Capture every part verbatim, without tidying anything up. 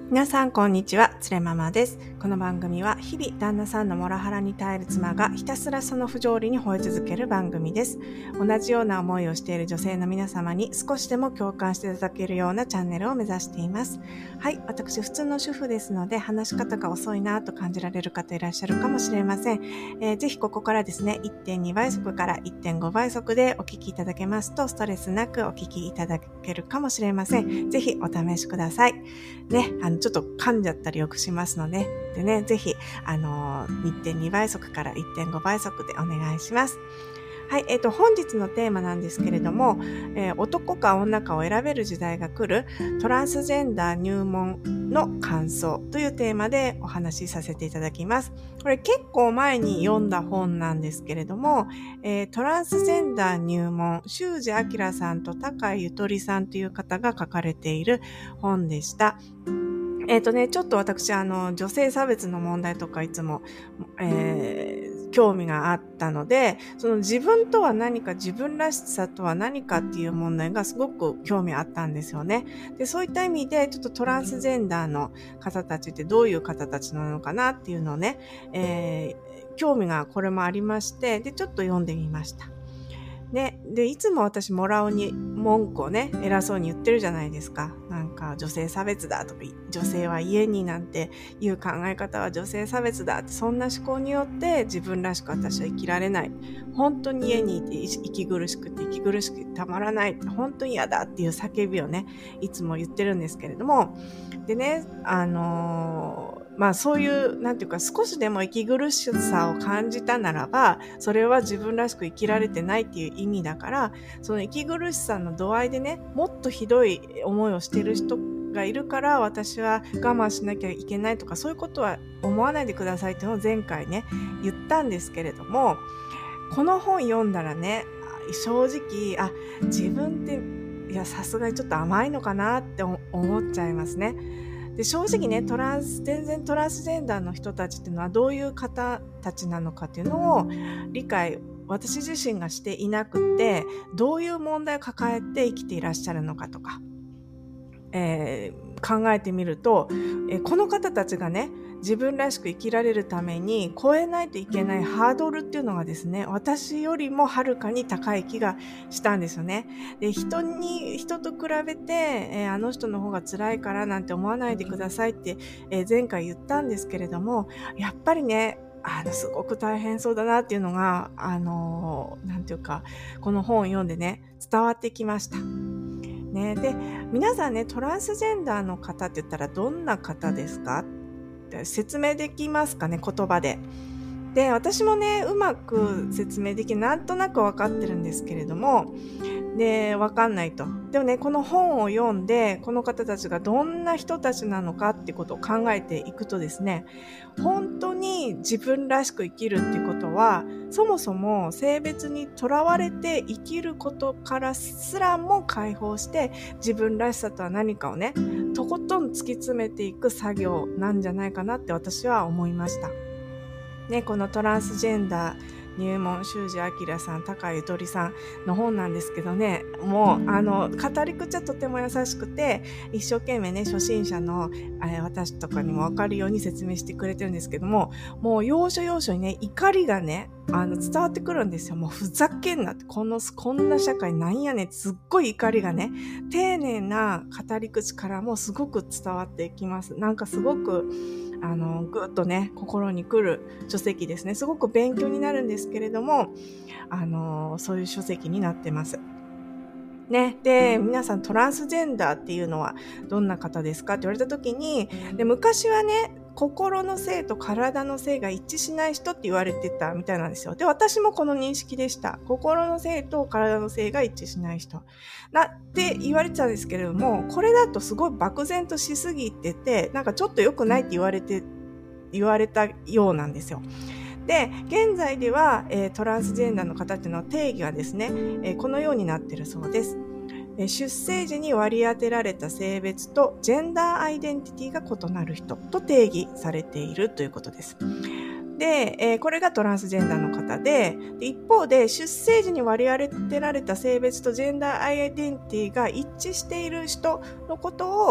皆さんこんにちは、つれママです。この番組は日々旦那さんのモラハラに耐える妻がひたすらその不条理に吠え続ける番組です。同じような思いをしている女性の皆様に少しでも共感していただけるようなチャンネルを目指しています。はい、私普通の主婦ですので話し方が遅いなと感じられる方いらっしゃるかもしれません。えー、ぜひここからですね、いってんに 倍速から いってんご 倍速でお聞きいただけますとストレスなくお聞きいただけるかもしれません。ぜひお試しください。ね、あのちょっと噛んじゃったりよくしますので、でね、ぜひ、あの、いってんに 倍速から いってんご 倍速でお願いします。はい、えっと、本日のテーマなんですけれども、えー、男か女かを選べる時代が来るトランスジェンダー入門の感想というテーマでお話しさせていただきます。これ結構前に読んだ本なんですけれども、えー、トランスジェンダー入門、修二明さんと高井ゆとりさんという方が書かれている本でした。えっとね、ちょっと私、あの、女性差別の問題とかいつも、えー、興味があったので、その自分とは何か、自分らしさとは何かっていう問題がすごく興味あったんですよね。で、そういった意味で、ちょっとトランスジェンダーの方たちってどういう方たちなのかなっていうのをね、えー、興味がこれもありまして、で、ちょっと読んでみました。ね、で、いつも私、もらおに文句をね、偉そうに言ってるじゃないですか。なんか、女性差別だとか、女性は家になんていう考え方は女性差別だって、そんな思考によって自分らしく私は生きられない。本当に家にいて息苦しくて息苦しくてたまらない。本当に嫌だっていう叫びをね、いつも言ってるんですけれども。でね、あのー、まあそういう、なんていうか少しでも息苦しさを感じたならば、それは自分らしく生きられてないっていう意味だから、その息苦しさの度合いでね、もっとひどい思いをしている人がいるから私は我慢しなきゃいけないとかそういうことは思わないでくださいっていうのを前回ね、言ったんですけれども、この本読んだらね、正直、あ、自分って、いや、さすがにちょっと甘いのかなって思っちゃいますね。で、正直ね、トランス、全然トランスジェンダーの人たちっていうのはどういう方たちなのかっていうのを理解、私自身がしていなくて、どういう問題を抱えて生きていらっしゃるのかとか、えー、考えてみると、えー、この方たちがね、自分らしく生きられるために超えないといけないハードルっていうのがですね、私よりもはるかに高い気がしたんですよね。で、人に、人と比べて、えー、あの人の方が辛いからなんて思わないでくださいって、えー、前回言ったんですけれども、やっぱりね、あの、すごく大変そうだなっていうのが、あのー、なんていうか、この本を読んでね、伝わってきました。ね、で、皆さんね、トランスジェンダーの方って言ったらどんな方ですか？説明できますかね、言葉で。で、私もね、うまく説明できなんとなくわかってるんですけれども、で、わかんないと。でもね、この本を読んで、この方たちがどんな人たちなのかってことを考えていくとですね、本当に自分らしく生きるっていうことは、そもそも性別にとらわれて生きることからすらも解放して、自分らしさとは何かをね、とことん突き詰めていく作業なんじゃないかなって私は思いました。ね、このトランスジェンダー入門、修二明さん、高井ゆとりさんの本なんですけどね、もう、あの、語り口はとても優しくて、一生懸命ね、初心者の、えー、私とかにもわかるように説明してくれてるんですけども、もう要所要所にね、怒りがね、あの、伝わってくるんですよ。もうふざけんなって、この、こんな社会なんやねん、すっごい怒りがね、丁寧な語り口からもすごく伝わってきます。なんかすごく、あの、ぐっとね、心に来る書籍ですね。すごく勉強になるんですけれども、あの、そういう書籍になってます。ね。で、皆さんトランスジェンダーっていうのはどんな方ですかって言われた時に、で、昔はね、心の性と体の性が一致しない人って言われてたみたいなんですよ。で、私もこの認識でした。心の性と体の性が一致しない人。なって言われてたんですけれども、これだとすごい漠然としすぎてて、なんかちょっと良くないって言われて、言われたようなんですよ。で、現在では、えー、トランスジェンダーの方っていうのは定義はですね、えー、このようになっているそうです。出生時に割り当てられた性別とジェンダーアイデンティティが異なる人と定義されているということです。で、えー、これがトランスジェンダーの方で、で一方で出生時に割り当てられた性別とジェンダーアイデンティティが一致している人のことを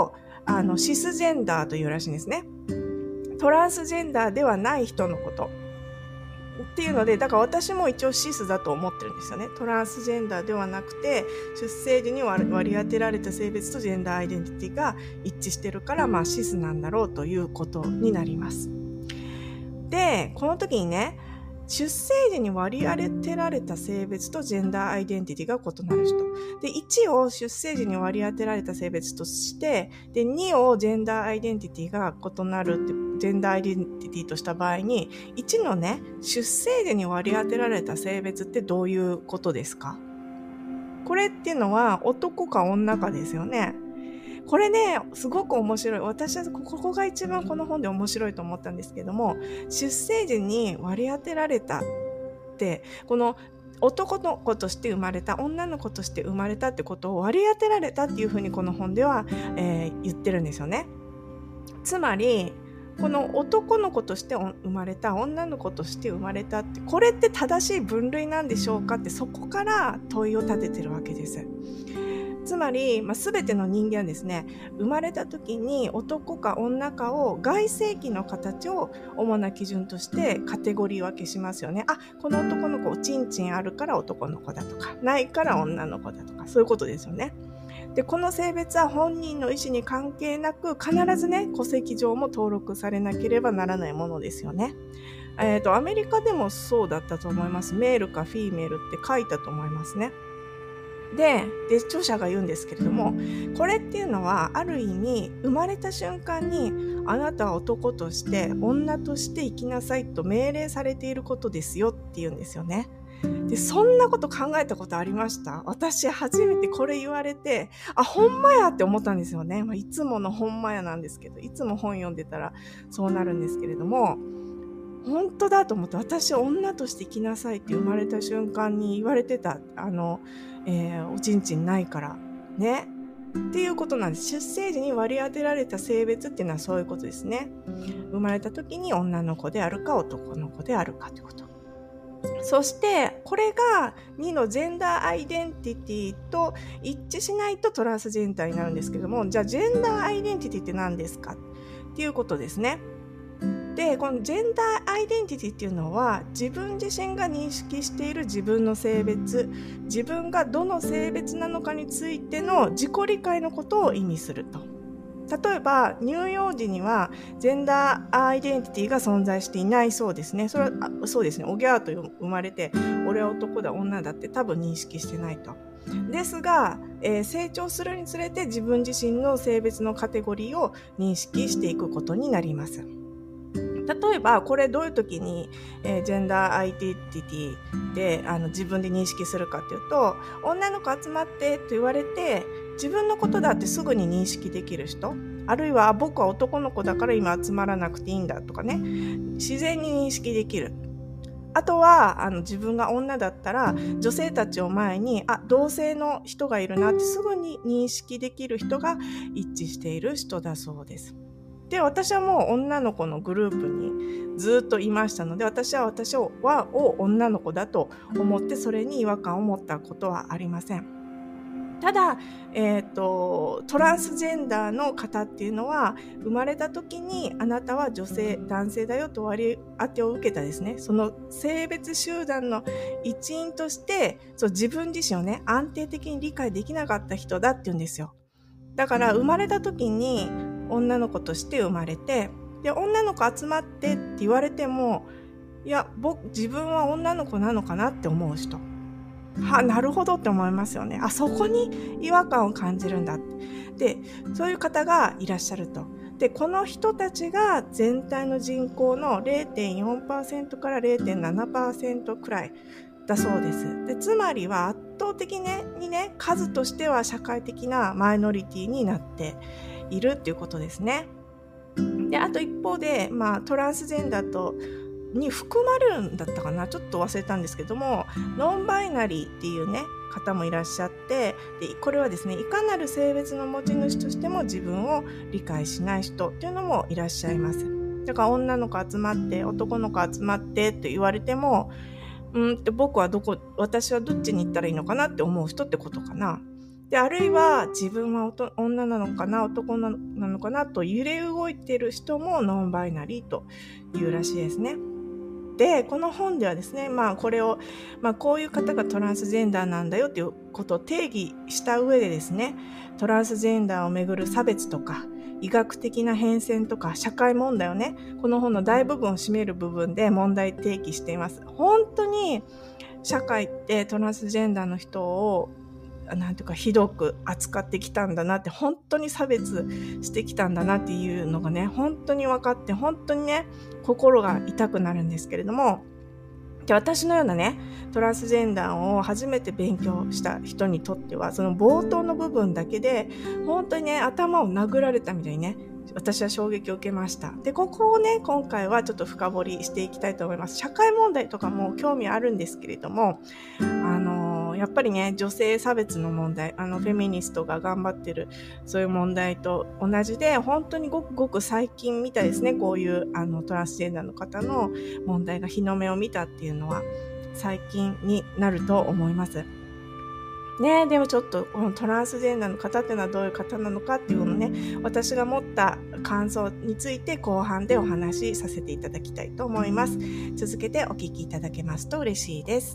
あのシスジェンダーというらしいんですね。トランスジェンダーではない人のことっていうので、だから私も一応シスだと思ってるんですよね。トランスジェンダーではなくて、出生時に割り当てられた性別とジェンダーアイデンティティが一致してるから、まあシスなんだろうということになります。で、この時にね、出生時に割り当てられた性別とジェンダーアイデンティティが異なる人。で、いちを出生時に割り当てられた性別として、で、にをジェンダーアイデンティティが異なるって、ジェンダーアイデンティティとした場合に、いちのね、出生時に割り当てられた性別ってどういうことですか？これっていうのは男か女かですよね。これね、すごく面白い。私はここが一番この本で面白いと思ったんですけども、出生時に割り当てられたって、この男の子として生まれた、女の子として生まれたってことを割り当てられたっていうふうにこの本では、えー、言ってるんですよね。つまり、この男の子として生まれた、女の子として生まれたって、これって正しい分類なんでしょうかって、そこから問いを立ててるわけです。つまり、まあ、全ての人間はですね、生まれた時に男か女かを外性器の形を主な基準としてカテゴリー分けしますよね。あ、この男の子おちんちんあるから男の子だとか、ないから女の子だとか、そういうことですよね。で、この性別は本人の意思に関係なく、必ずね、戸籍上も登録されなければならないものですよね。えっと、アメリカでもそうだったと思います。メールかフィーメールって書いたと思いますね。で、で、著者が言うんですけれども、これっていうのは、ある意味、生まれた瞬間に、あなたは男として、女として生きなさいと命令されていることですよって言うんですよね。で、そんなこと考えたことありました？私、初めてこれ言われて、あ、ほんまやって思ったんですよね。まあ、いつものほんまやなんですけど、いつも本読んでたらそうなるんですけれども、本当だと思って、私は女として生きなさいって生まれた瞬間に言われてた。あの、えー、おちんちんないからねっていうことなんです。出生時に割り当てられた性別っていうのはそういうことですね。生まれた時に女の子であるか男の子であるかということ。そしてこれがにのジェンダーアイデンティティと一致しないとトランスジェンダーになるんですけども、じゃあジェンダーアイデンティティって何ですかっていうことですね。で、このジェンダーアイデンティティっていうのは、自分自身が認識している自分の性別、自分がどの性別なのかについての自己理解のことを意味すると。例えば、乳幼児にはジェンダーアイデンティティが存在していないそうですね。それは、そうですね。おぎゃーと生まれて、俺は男だ、女だって多分認識してないと。ですが、えー、成長するにつれて自分自身の性別のカテゴリーを認識していくことになります。例えばこれどういう時に、えー、ジェンダーアイデンティティであの自分で認識するかというと、女の子集まってと言われて自分のことだってすぐに認識できる人、あるいは僕は男の子だから今集まらなくていいんだとかね、自然に認識できる。あとはあの自分が女だったら女性たちを前にあ同性の人がいるなってすぐに認識できる人が一致している人だそうです。で、私はもう女の子のグループにずっといましたので、私は私はを女の子だと思ってそれに違和感を持ったことはありません。ただ、えーと、トランスジェンダーの方っていうのは生まれた時にあなたは女性、男性だよと割り当てを受けたですね、その性別集団の一員としてそう自分自身をね安定的に理解できなかった人だって言うんですよ。だから生まれた時に女の子として生まれて、で女の子集まってって言われても、いや僕自分は女の子なのかなって思う人、はなるほどって思いますよね。あそこに違和感を感じるんだって。でそういう方がいらっしゃると。でこの人たちが全体の人口の れいてんよんパーセント から れいてんななパーセント くらいだそうです。でつまりは圧倒的にね、にね数としては社会的なマイノリティになっているっていうことですね。であと一方で、まあ、トランスジェンダーとに含まれるんだったかな、ちょっと忘れたんですけども、ノンバイナリーっていうね方もいらっしゃって、でこれはですね、いかなる性別の持ち主としても自分を理解しない人っていうのもいらっしゃいます。だから女の子集まって男の子集まってって言われても、うんって僕はどこ私はどっちに行ったらいいのかなって思う人ってことかな。 で、あるいは自分は女なのかな、男なのかなと揺れ動いている人もノンバイナリーというらしいですね。で、この本ではですね、まあこれを、まあこういう方がトランスジェンダーなんだよっていうことを定義した上でですね、トランスジェンダーをめぐる差別とか、医学的な変遷とか、社会問題をね、この本の大部分を占める部分で問題提起しています。本当に社会ってトランスジェンダーの人をなんていうかひどく扱ってきたんだなって、本当に差別してきたんだなっていうのがね、本当に分かって、本当にね、心が痛くなるんですけれども、で私のようなね、トランスジェンダーを初めて勉強した人にとっては、その冒頭の部分だけで、本当にね、頭を殴られたみたいにね、私は衝撃を受けました。で、ここをね、今回はちょっと深掘りしていきたいと思います。社会問題とかも興味あるんですけれども、あのやっぱりね、女性差別の問題、あのフェミニストが頑張ってるそういう問題と同じで、本当にごくごく最近見たですね、こういうあのトランスジェンダーの方の問題が日の目を見たっていうのは最近になると思います。ね、でもちょっとこのトランスジェンダーの方っていうのはどういう方なのかっていうのをね、私が持った感想について後半でお話しさせていただきたいと思います。続けてお聞きいただけますと嬉しいです。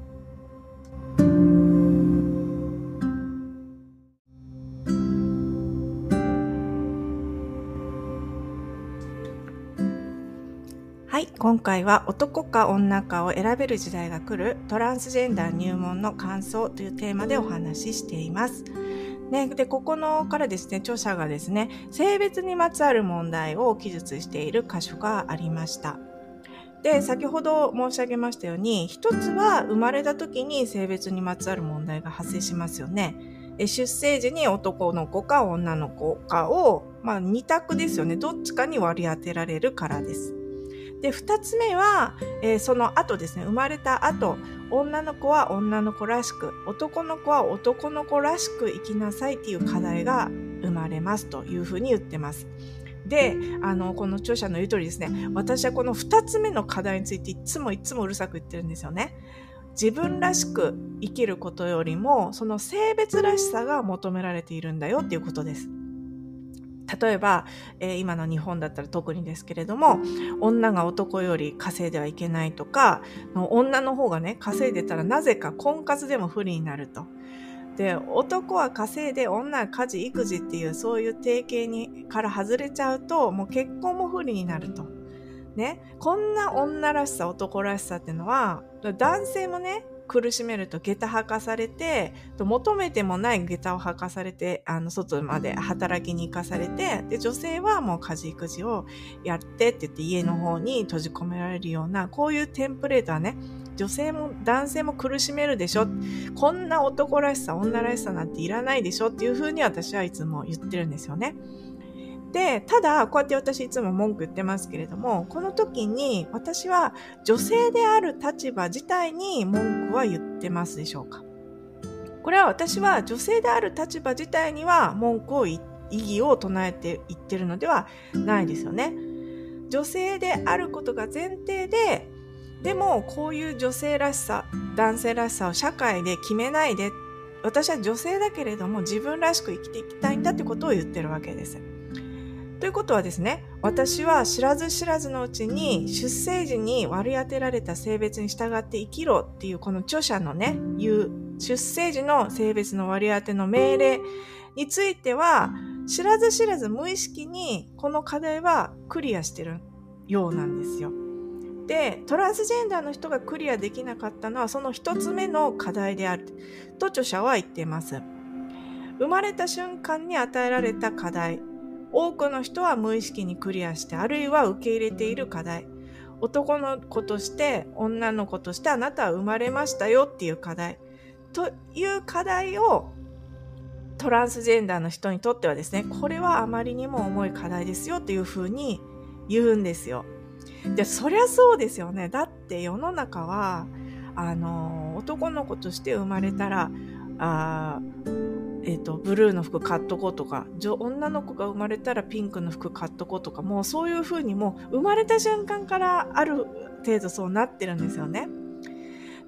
はい、今回は男か女かを選べる時代が来るトランスジェンダー入門の感想というテーマでお話ししています。ね、で、ここのからですね、著者がですね、性別にまつわる問題を記述している箇所がありました。で、先ほど申し上げましたように、一つは生まれた時に性別にまつわる問題が発生しますよね。出生時に男の子か女の子かを、まあ二択ですよね。どっちかに割り当てられるからです。で、二つ目は、えー、その後ですね、生まれた後、女の子は女の子らしく、男の子は男の子らしく生きなさいっていう課題が生まれますというふうに言ってます。で、あの、この著者の言う通りですね、私はこの二つ目の課題についていつもいつもうるさく言ってるんですよね。自分らしく生きることよりも、その性別らしさが求められているんだよっていうことです。例えば、えー、今の日本だったら特にですけれども、女が男より稼いではいけないとか、女の方がね、稼いでたらなぜか婚活でも不利になると。で、男は稼いで女は家事育児っていうそういう定型にから外れちゃうと、もう結婚も不利になると。ね、こんな女らしさ、男らしさっていうのは、男性もね、苦しめると下駄履かされて、求めてもない下駄を履かされて、あの、外まで働きに行かされて、で、女性はもう家事育児をやってって言って家の方に閉じ込められるような、こういうテンプレートはね、女性も男性も苦しめるでしょ。こんな男らしさ、女らしさなんていらないでしょっていうふうに私はいつも言ってるんですよね。で、ただ、こうやって私いつも文句言ってますけれども、この時に私は女性である立場自体に文句は言ってますでしょうか？これは私は女性である立場自体には文句を、異議を唱えて言ってるのではないですよね。女性であることが前提で、でもこういう女性らしさ、男性らしさを社会で決めないで、私は女性だけれども自分らしく生きていきたいんだってことを言ってるわけです。ということはですね、私は知らず知らずのうちに出生時に割り当てられた性別に従って生きろっていうこの著者のね、言う出生時の性別の割り当ての命令については、知らず知らず無意識にこの課題はクリアしてるようなんですよ。で、トランスジェンダーの人がクリアできなかったのはその一つ目の課題であると著者は言っています。生まれた瞬間に与えられた課題、多くの人は無意識にクリアして、あるいは受け入れている課題。男の子として、女の子としてあなたは生まれましたよっていう課題。という課題をトランスジェンダーの人にとってはですね、これはあまりにも重い課題ですよっていうふうに言うんですよ。で、そりゃそうですよね。だって世の中は、あの、男の子として生まれたら、あえっと、ブルーの服買っとこうとか、女の子が生まれたらピンクの服買っとこうとか、もうそういう風にもう生まれた瞬間からある程度そうなってるんですよね。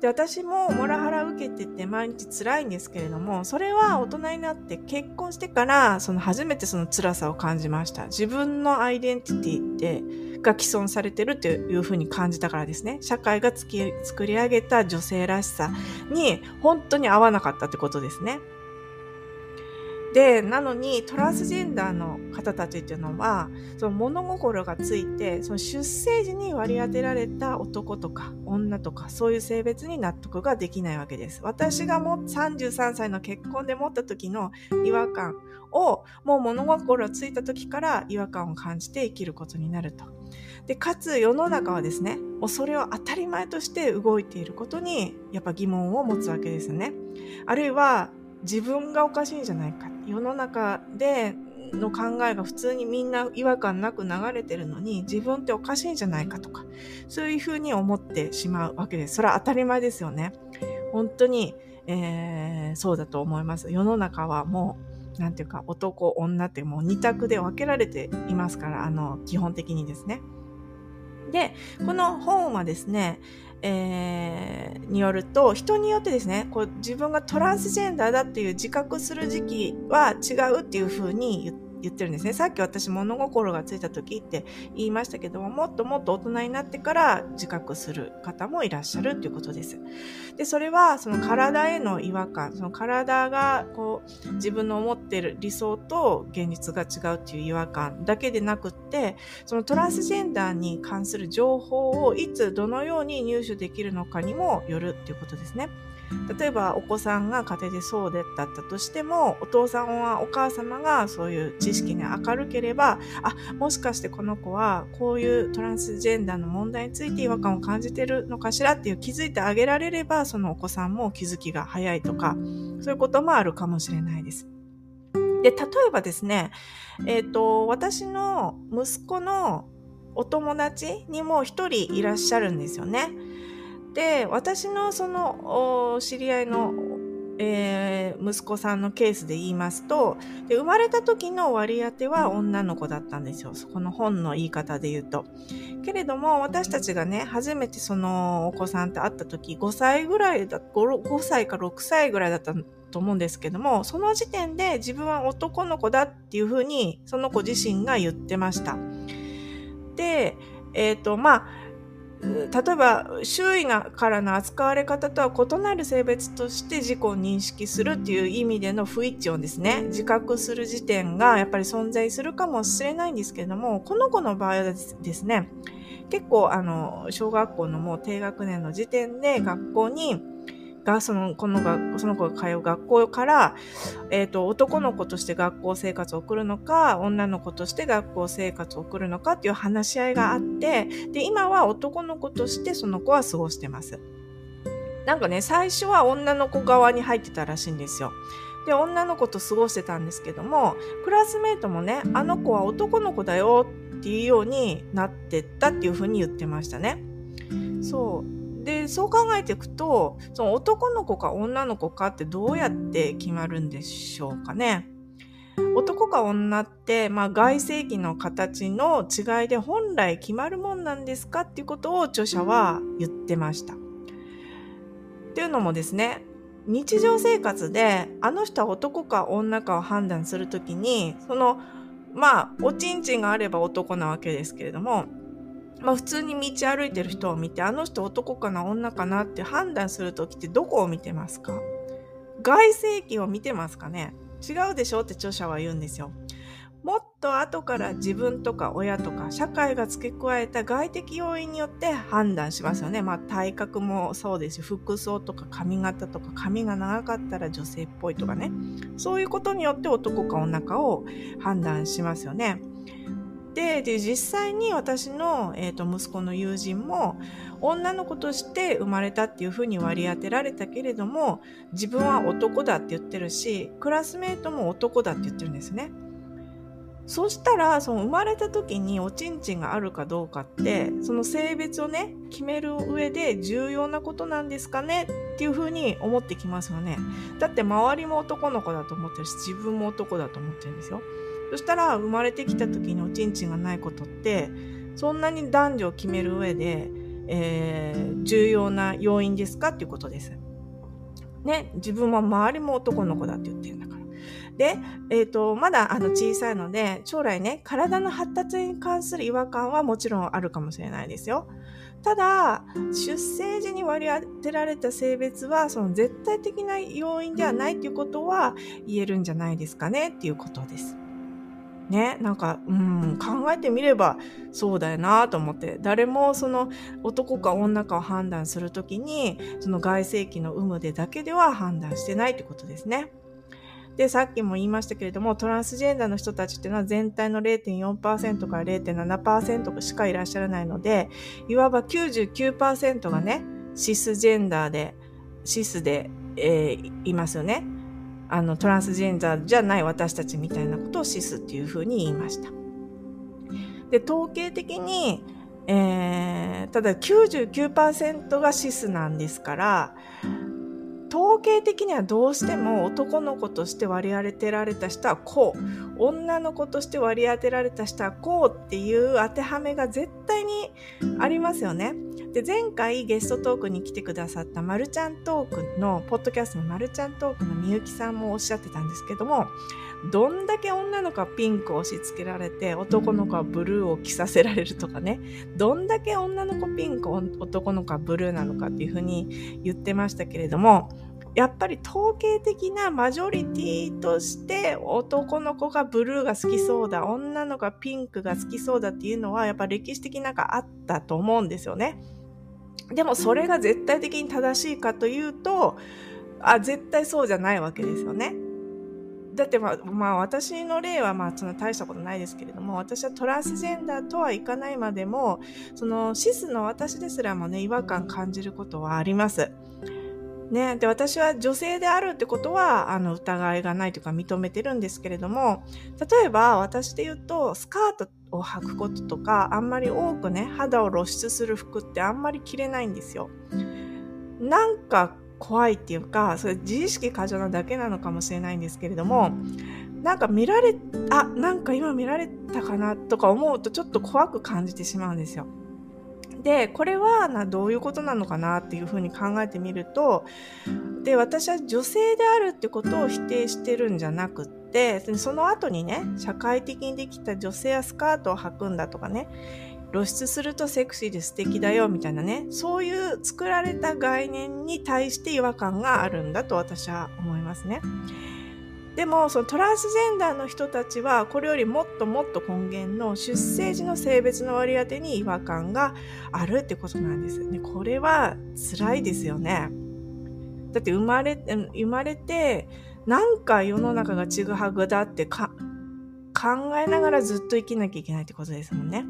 で、私もモラハラ受けてて毎日辛いんですけれども、それは大人になって結婚してから、その初めてその辛さを感じました。自分のアイデンティティってが既存されてるっていう風に感じたからですね。社会がつき作り上げた女性らしさに本当に合わなかったってことですね。で、なのにトランスジェンダーの方たちっていうのは、その物心がついて、その出生時に割り当てられた男とか女とか、そういう性別に納得ができないわけです。私がもうさんじゅうさんさいの結婚で持った時の違和感を、もう物心がついた時から違和感を感じて生きることになると。で、かつ世の中はですね、もうそれを当たり前として動いていることに、やっぱ疑問を持つわけですね。あるいは、自分がおかしいんじゃないか。世の中での考えが普通にみんな違和感なく流れてるのに、自分っておかしいんじゃないかとか、そういうふうに思ってしまうわけです。それは当たり前ですよね。本当に、えー、そうだと思います。世の中はもう、なんていうか、男、女ってもう二択で分けられていますから、あの、基本的にですね。で、この本はですね、えー、によると、人によってですね、こう自分がトランスジェンダーだっていう自覚する時期は違うっていう風に言って、言ってるんですね。さっき私物心がついた時って言いましたけども、もっともっと大人になってから自覚する方もいらっしゃるっていうことです。で、それはその体への違和感、その体がこう自分の思っている理想と現実が違うっていう違和感だけでなくって、そのトランスジェンダーに関する情報をいつどのように入手できるのかにもよるっていうことですね。例えばお子さんが家庭でそうだったとしても、お父さんはお母様がそういう知識に明るければ、あ、もしかしてこの子はこういうトランスジェンダーの問題について違和感を感じてるのかしらっていう気づいてあげられれば、そのお子さんも気づきが早いとか、そういうこともあるかもしれないです。で、例えばですね、えっと、私の息子のお友達にも一人いらっしゃるんですよね。で、私のその知り合いの、えー、息子さんのケースで言いますと、で、生まれた時の割り当ては女の子だったんですよ。この本の言い方で言うと。けれども、私たちがね、初めてそのお子さんと会った時、ごさいぐらいだ、ご, ごさいかろくさいぐらいだったと思うんですけども、その時点で自分は男の子だっていうふうに、その子自身が言ってました。で、えっと、まあ、例えば周囲がからの扱われ方とは異なる性別として自己を認識するっていう意味での不一致をですね、自覚する時点がやっぱり存在するかもしれないんですけれども、この子の場合はですね、結構あの小学校のもう低学年の時点で学校にがそのこのがその子が通う学校から、えっと男の子として学校生活を送るのか、女の子として学校生活を送るのかっていう話し合いがあって、で今は男の子としてその子は過ごしてます。なんかね、最初は女の子側に入ってたらしいんですよ。で、女の子と過ごしてたんですけども、クラスメートもね、あの子は男の子だよっていうようになってったっていうふうに言ってましたね。そう。で、そう考えていくと、その男の子か女の子かってどうやって決まるんでしょうかね。男か女って、まあ、外性器の形の違いで本来決まるもんなんですかっていうことを著者は言ってました。っていうのもですね、日常生活であの人は男か女かを判断するときに、その、まあ、おちんちんがあれば男なわけですけれども、まあ普通に道歩いてる人を見て、あの人男かな女かなって判断するときってどこを見てますか？外性器を見てますかね？違うでしょって著者は言うんですよ。もっと後から自分とか親とか社会が付け加えた外的要因によって判断しますよね。まあ体格もそうですし、服装とか髪型とか、髪が長かったら女性っぽいとかね。そういうことによって男か女かを判断しますよね。で、で実際に私の、えーと、息子の友人も女の子として生まれたっていうふうに割り当てられたけれども、自分は男だって言ってるし、クラスメートも男だって言ってるんですね。そしたら、その生まれた時におちんちんがあるかどうかって、その性別をね、決める上で重要なことなんですかねっていうふうに思ってきますよね。だって周りも男の子だと思ってるし、自分も男だと思ってるんですよ。そしたら生まれてきた時におちんちんがないことって、そんなに男女を決める上でえー、重要な要因ですかっていうことです。ね、自分も周りも男の子だって言ってるんだから。で、えっと、まだあの小さいので、将来ね、体の発達に関する違和感はもちろんあるかもしれないですよ。ただ、出生時に割り当てられた性別は、その絶対的な要因ではないっていうことは言えるんじゃないですかねっていうことです。ね、なんか、うん、考えてみればそうだよなと思って、誰もその男か女かを判断するときに、その外性器の有無でだけでは判断してないってことですね。で、さっきも言いましたけれども、トランスジェンダーの人たちっていうのは全体の れいてんよんパーセント から れいてんななパーセント しかいらっしゃらないので、いわば きゅうじゅうきゅうパーセント がね、シスジェンダーで、シスで、えー、いますよね。あの、トランスジェンダーじゃない私たちみたいなことをシスっていうふうに言いました。で、統計的に、えー、ただ きゅうじゅうきゅうパーセント がシスなんですから、統計的にはどうしても男の子として割り当てられた人はこう、女の子として割り当てられた人はこうっていう当てはめが絶対にありますよね。で、前回ゲストトークに来てくださったマルちゃんトークの、ポッドキャストのマルちゃんトークのみゆきさんもおっしゃってたんですけども、どんだけ女の子はピンクを押し付けられて男の子はブルーを着させられるとかね、どんだけ女の子ピンク、男の子はブルーなのかっていうふうに言ってましたけれども、やっぱり統計的なマジョリティとして男の子がブルーが好きそうだ、女の子がピンクが好きそうだっていうのはやっぱ歴史的になんかあったと思うんですよね。でもそれが絶対的に正しいかというと、あ、絶対そうじゃないわけですよね。だってまあ、まあ私の例はまあそんな大したことないですけれども、私はトランスジェンダーとはいかないまでも、そのシスの私ですらもね、違和感感じることはあります。ね、で私は女性であるってことはあの疑いがないというか認めてるんですけれども、例えば私で言うとスカートを履くこととか、あんまり多くね肌を露出する服ってあんまり着れないんですよ。なんか怖いっていうか、それ自意識過剰なだけなのかもしれないんですけれども、なんか見られあなんか今見られたかなとか思うとちょっと怖く感じてしまうんですよ。で、これはなどういうことなのかなっていうふうに考えてみると、で、私は女性であるってことを否定してるんじゃなくって、その後にね、社会的にできた女性はスカートを履くんだとかね、露出するとセクシーで素敵だよみたいなね、そういう作られた概念に対して違和感があるんだと私は思いますね。でもそのトランスジェンダーの人たちはこれよりもっともっと根源の出生時の性別の割り当てに違和感があるってことなんですよね。これは辛いですよね。だって生まれ生まれてなんか世の中がちぐはぐだってか考えながらずっと生きなきゃいけないってことですもんね。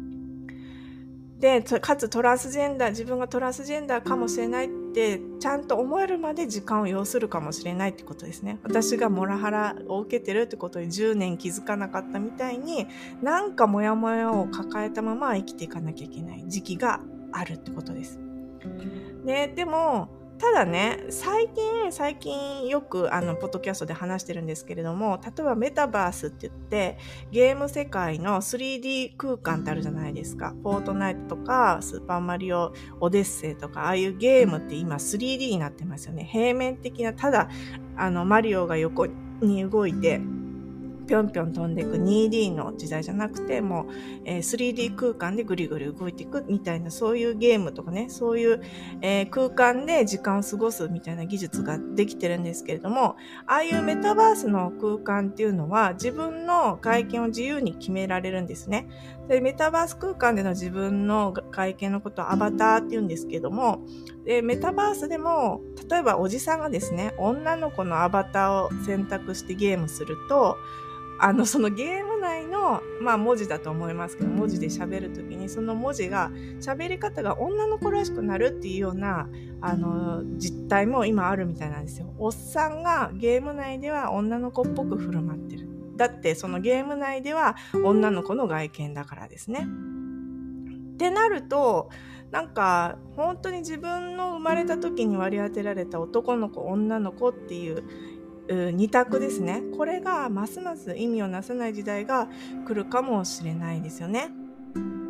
で、かつトランスジェンダー、自分がトランスジェンダーかもしれないってちゃんと思えるまで時間を要するかもしれないってことですね。私がモラハラを受けてるってことにじゅうねん気づかなかったみたいに、なんかモヤモヤを抱えたまま生きていかなきゃいけない時期があるってことです。ね、でもただね、最近、最近よくあの、ポッドキャストで話してるんですけれども、例えばメタバースって言って、ゲーム世界の スリーディー 空間ってあるじゃないですか。フォートナイトとか、スーパーマリオオデッセイとか、ああいうゲームって今 スリーディー になってますよね。平面的な、ただ、あの、マリオが横に動いて、ぴょんぴょん飛んでいく ツーディー の時代じゃなくて、もう、えー、スリーディー 空間でぐりぐり動いていくみたいな、そういうゲームとかね、そういう、えー、空間で時間を過ごすみたいな技術ができてるんですけれども、ああいうメタバースの空間っていうのは自分の外見を自由に決められるんですね。で、メタバース空間での自分の外見のことをアバターって言うんですけども、で、メタバースでも、例えばおじさんがですね、女の子のアバターを選択してゲームすると、あの、そのゲーム内の、まあ文字だと思いますけど、文字で喋るときに、その文字が、喋り方が女の子らしくなるっていうような、あの、実態も今あるみたいなんですよ。おっさんがゲーム内では女の子っぽく振る舞ってる。だって、そのゲーム内では女の子の外見だからですね。ってなると、なんか、本当に自分の生まれた時に割り当てられた男の子、女の子っていう、二択ですね。これがますます意味をなさない時代が来るかもしれないですよね。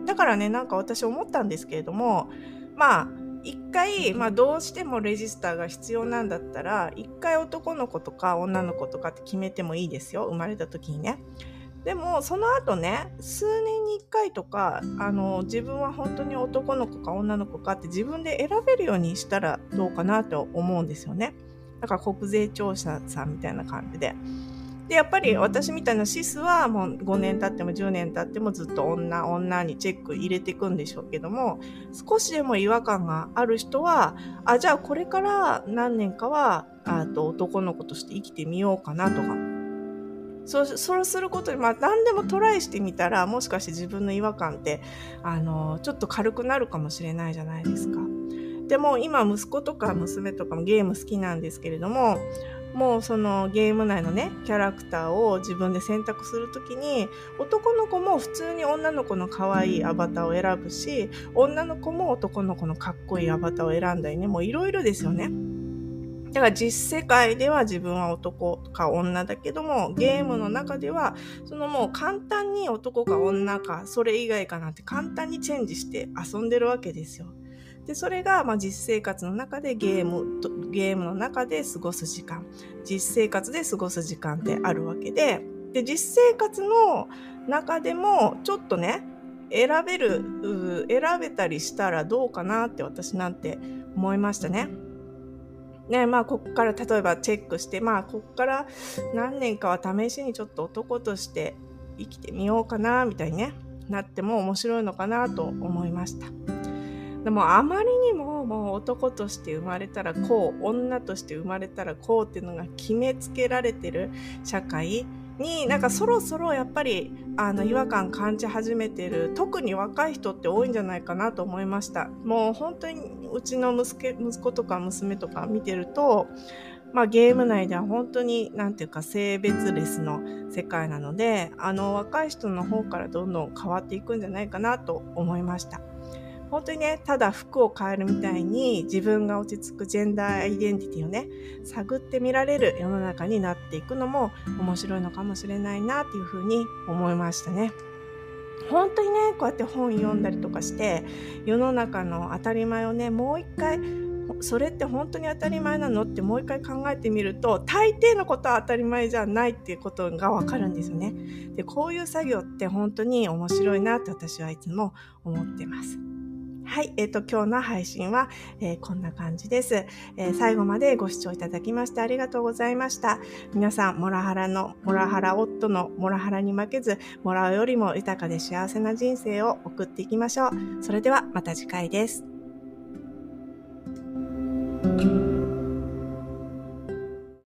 だからね、なんか私思ったんですけれども、まあ、一回、まあどうしてもレジスターが必要なんだったら、一回男の子とか女の子とかって決めてもいいですよ。生まれた時にね。でも、その後ね、数年に一回とか、あの、自分は本当に男の子か女の子かって自分で選べるようにしたらどうかなと思うんですよね。だから国税調査さんみたいな感じで。で、やっぱり私みたいなシスはもうごねん経ってもじゅうねん経ってもずっと女、女にチェック入れていくんでしょうけども、少しでも違和感がある人は、あ、じゃあこれから何年かは、あと男の子として生きてみようかなとか、そう、そうすることで、まあ何でもトライしてみたら、もしかして自分の違和感って、あの、ちょっと軽くなるかもしれないじゃないですか。でも今息子とか娘とかもゲーム好きなんですけれども、もうそのゲーム内のね、キャラクターを自分で選択するときに、男の子も普通に女の子の可愛いアバターを選ぶし、女の子も男の子のかっこいいアバターを選んだりね、もういろいろですよね。だから実世界では自分は男か女だけども、ゲームの中では、そのもう簡単に男か女か、それ以外かなんて簡単にチェンジして遊んでるわけですよ。で、それがまあ実生活の中でゲームと、ゲームの中で過ごす時間、実生活で過ごす時間ってあるわけで、で、実生活の中でもちょっとね、選べる、選べたりしたらどうかなって私なんて思いましたね。ね、まあ、こっから例えばチェックして、まあ、こっから何年かは試しにちょっと男として生きてみようかな、みたいにね、なっても面白いのかなと思いました。でも、あまりにももう男として生まれたらこう、女として生まれたらこうっていうのが決めつけられてる社会に、なんかそろそろやっぱり、あの、違和感感じ始めてる、特に若い人って多いんじゃないかなと思いました。もう本当にうちの息子、息子とか娘とか見てると、まあゲーム内では本当になんていうか性別レスの世界なので、あの若い人の方からどんどん変わっていくんじゃないかなと思いました。本当にね、ただ服を変えるみたいに自分が落ち着くジェンダーアイデンティティをね、探ってみられる世の中になっていくのも面白いのかもしれないなっていうふうに思いましたね。本当にね、こうやって本読んだりとかして、世の中の当たり前をね、もう一回、それって本当に当たり前なのってもう一回考えてみると、大抵のことは当たり前じゃないっていうことがわかるんですよね。で、こういう作業って本当に面白いなって私はいつも思ってます。はい、えっと、今日の配信は、えー、こんな感じです、えー。最後までご視聴いただきましてありがとうございました。皆さん、モラハラの、モラハラ夫のモラハラに負けず、もらうよりも豊かで幸せな人生を送っていきましょう。それではまた次回です。